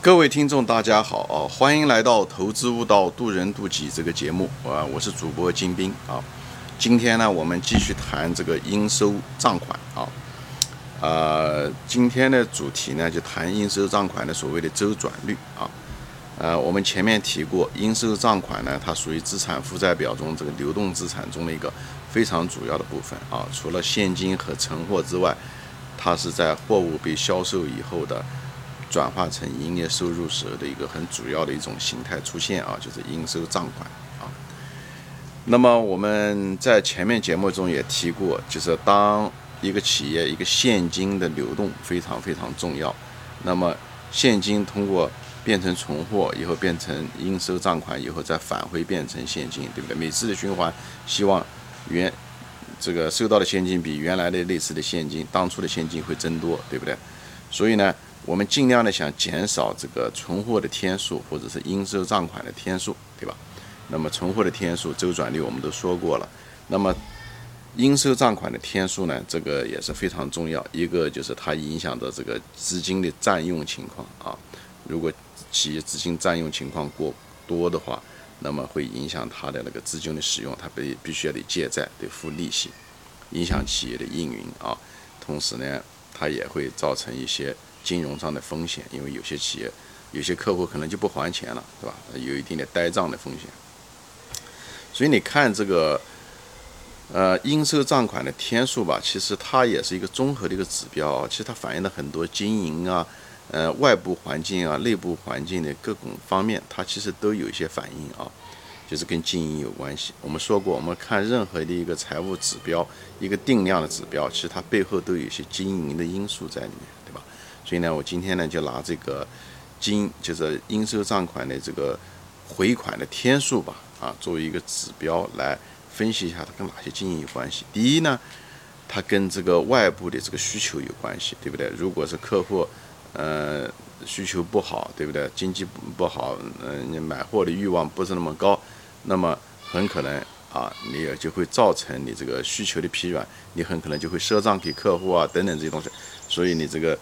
各位听众，大家好啊！欢迎来到《投资悟道，渡人渡己》这个节目啊！我是主播金兵啊。今天呢，我们继续谈这个应收账款啊。今天的主题呢，就谈应收账款的所谓的周转率啊。我们前面提过，应收账款呢，它属于资产负债表中这个流动资产中的一个非常主要的部分啊。除了现金和存货之外，它是在货物被销售以后的转化成营业收入时的一个很主要的一种形态出现啊，就是应收账款啊。那么我们在前面节目中也提过，就是当一个企业一个现金的流动非常非常重要，那么现金通过变成存货以后变成应收账款以后再返回变成现金，对不对？每次的循环，希望这个收到的现金比原来的类似的现金，当初的现金会增多，对不对？所以呢，我们尽量的想减少这个存货的天数，或者是应收账款的天数，对吧？那么存货的天数、周转率我们都说过了。那么应收账款的天数呢，这个也是非常重要。一个就是它影响的这个资金的占用情况啊。如果企业资金占用情况过多的话，那么会影响它的那个资金的使用，它必须要得借债，得付利息，影响企业的运营啊。同时呢，它也会造成一些金融上的风险，因为有些企业、有些客户可能就不还钱了，对吧？有一定的呆账的风险。所以你看这个应收账款的天数吧，其实它也是一个综合的一个指标啊。其实它反映了很多经营啊、外部环境啊、内部环境的各种方面，它其实都有一些反应啊，就是跟经营有关系。我们说过，我们看任何的一个财务指标、一个定量的指标，其实它背后都有一些经营的因素在里面，对吧？所以呢，我今天呢就拿这个就是应收账款的这个回款的天数吧，作为一个指标来分析一下它跟哪些经营有关系。第一呢，它跟这个外部的这个需求有关系，对不对？如果是客户需求不好，对不对？经济不好，你买货的欲望不是那么高，那么很可能你也就会造成你这个需求的疲软，你很可能就会赊账给客户等等这些东西，所以你这个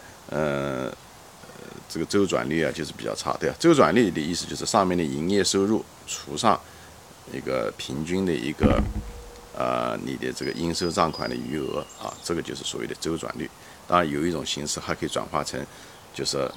周转率就是比较差，对吧？周转率的意思就是上面的营业收入除上一个平均的一个你的这个应收账款的余额这个就是所谓的周转率。当然有一种形式还可以转化成就是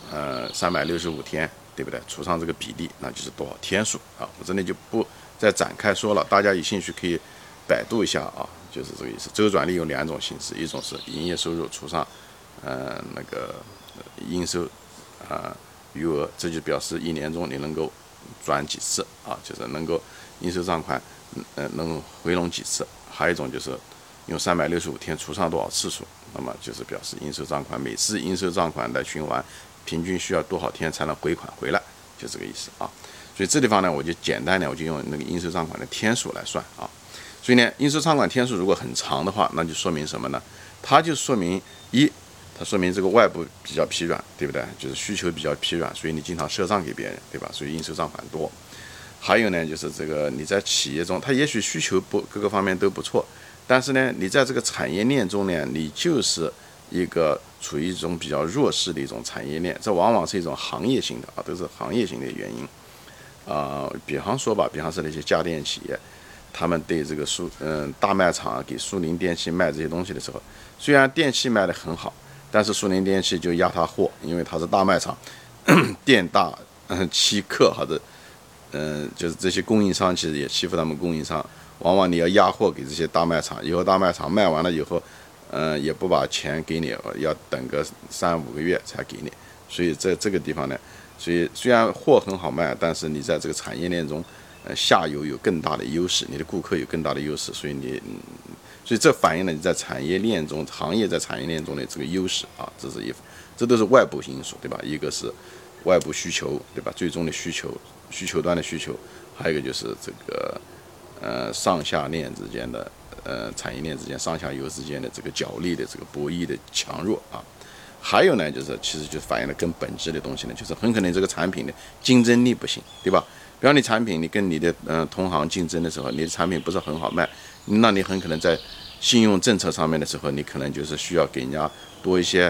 365天，对不对？除上这个比例，那就是多少天数我这里就不再展开说了，大家有兴趣可以百度一下就是这个意思。周转率有两种形式，一种是营业收入除上那个应收余额，这就表示一年中你能够转几次就是能够应收账款能回笼几次。还有一种就是用365天除上多少次数，那么就是表示应收账款每次应收账款的循环平均需要多少天才能回款回来，就这个意思所以这地方呢，我就简单的我就用那个应收账款的天数来算所以呢，应收账款天数如果很长的话，那就说明什么呢？它就说明它说明这个外部比较疲软，对不对？就是需求比较疲软，所以你经常赊账给别人，对吧？所以应收账款多。还有呢，就是这个你在企业中，它也许需求各个方面都不错，但是呢，你在这个产业链中呢，你就是一个处于一种比较弱势的一种产业链，这往往是一种行业性的都是行业性的原因比方说是那些家电企业，他们对这个大卖场给苏宁电器卖这些东西的时候，虽然电器卖得很好，但是苏宁电器就压他货，因为它是大卖场，店大欺客就是这些供应商其实也欺负他们供应商，往往你要压货给这些大卖场，以后大卖场卖完了以后，也不把钱给你，要等个3-5个月才给你。所以在这个地方呢，所以虽然货很好卖，但是你在这个产业链中，下游有更大的优势，你的顾客有更大的优势，所以这反映了你在产业链中，行业在产业链中的这个优势这都是外部因素，对吧？一个是外部需求，对吧？最终的需求端的需求，还有一个就是这个上下链之间的产业链之间上下游之间的这个角力的这个博弈的强弱还有呢，就是其实就反映了更本质的东西呢，就是很可能这个产品的竞争力不行，对吧？比方你产品，你跟你的同行竞争的时候，你的产品不是很好卖，那你很可能在信用政策上面的时候，你可能就是需要给人家多一些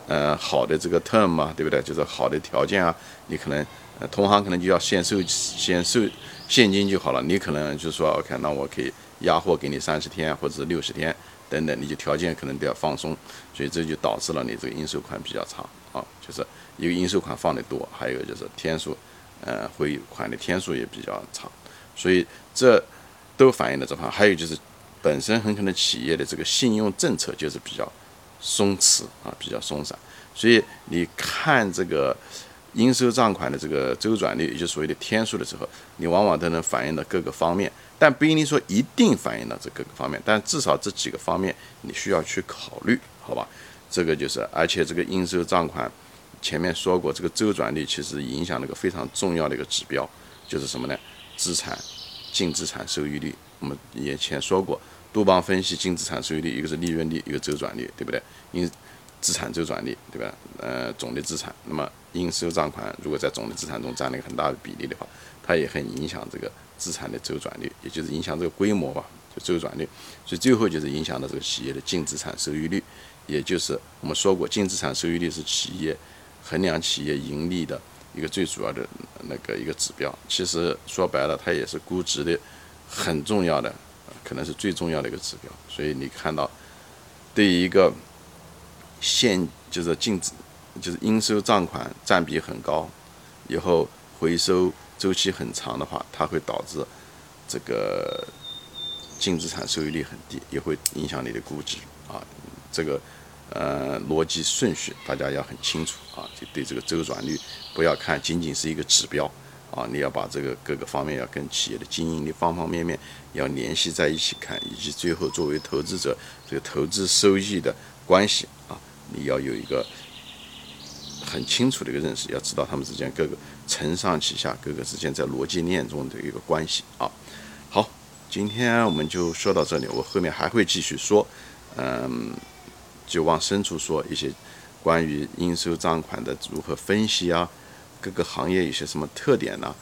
好的这个 term 啊，对不对？就是好的条件啊，你可能同行可能就要先收现金就好了，你可能就说 OK，那我可以压货给你30天或者是60天等等，你就条件可能都要放松，所以这就导致了你这个应收款比较长啊，就是一个应收款放得多，还有一个就是天数，回款的天数也比较长，所以这都反映了这方面。还有就是本身很可能企业的这个信用政策就是比较松弛啊，比较松散，所以你看这个应收账款的这个周转率，也就是所谓的天数的时候，你往往都能反映到各个方面，但不一定说一定反映到这各个方面，但至少这几个方面你需要去考虑，好吧？这个就是，而且这个应收账款前面说过，这个周转率其实影响了一个非常重要的一个指标，就是什么呢？净资产收益率。我们以前说过，杜邦分析净资产收益率，一个是利润率，一个周转率，对不对？资产周转率，对吧？总的资产，那么应收账款如果在总的资产中占了一个很大的比例的话，它也很影响这个资产的周转率，也就是影响这个规模吧，就周转率。所以最后就是影响到这个企业的净资产收益率，也就是我们说过，净资产收益率是衡量企业盈利的一个最主要的一个指标。其实说白了，它也是估值的很重要的，可能是最重要的一个指标。所以你看到，对于一个就是就是应收账款占比很高，以后回收周期很长的话，它会导致这个净资产收益率很低，也会影响你的估值啊。这个逻辑顺序大家要很清楚啊，就对这个周转率不要看仅仅是一个指标啊，你要把这个各个方面要跟企业的经营的方方面面要联系在一起看，以及最后作为投资者这个投资收益的关系啊，你要有一个很清楚的一个认识，要知道他们之间各个承上启下，各个之间在逻辑链中的一个关系啊。好，今天我们就说到这里，我后面还会继续说，就往深处说一些关于应收账款的如何分析啊，各个行业有些什么特点呢？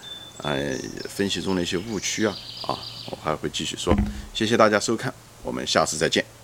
分析中的一些误区啊，我还会继续说。谢谢大家收看，我们下次再见。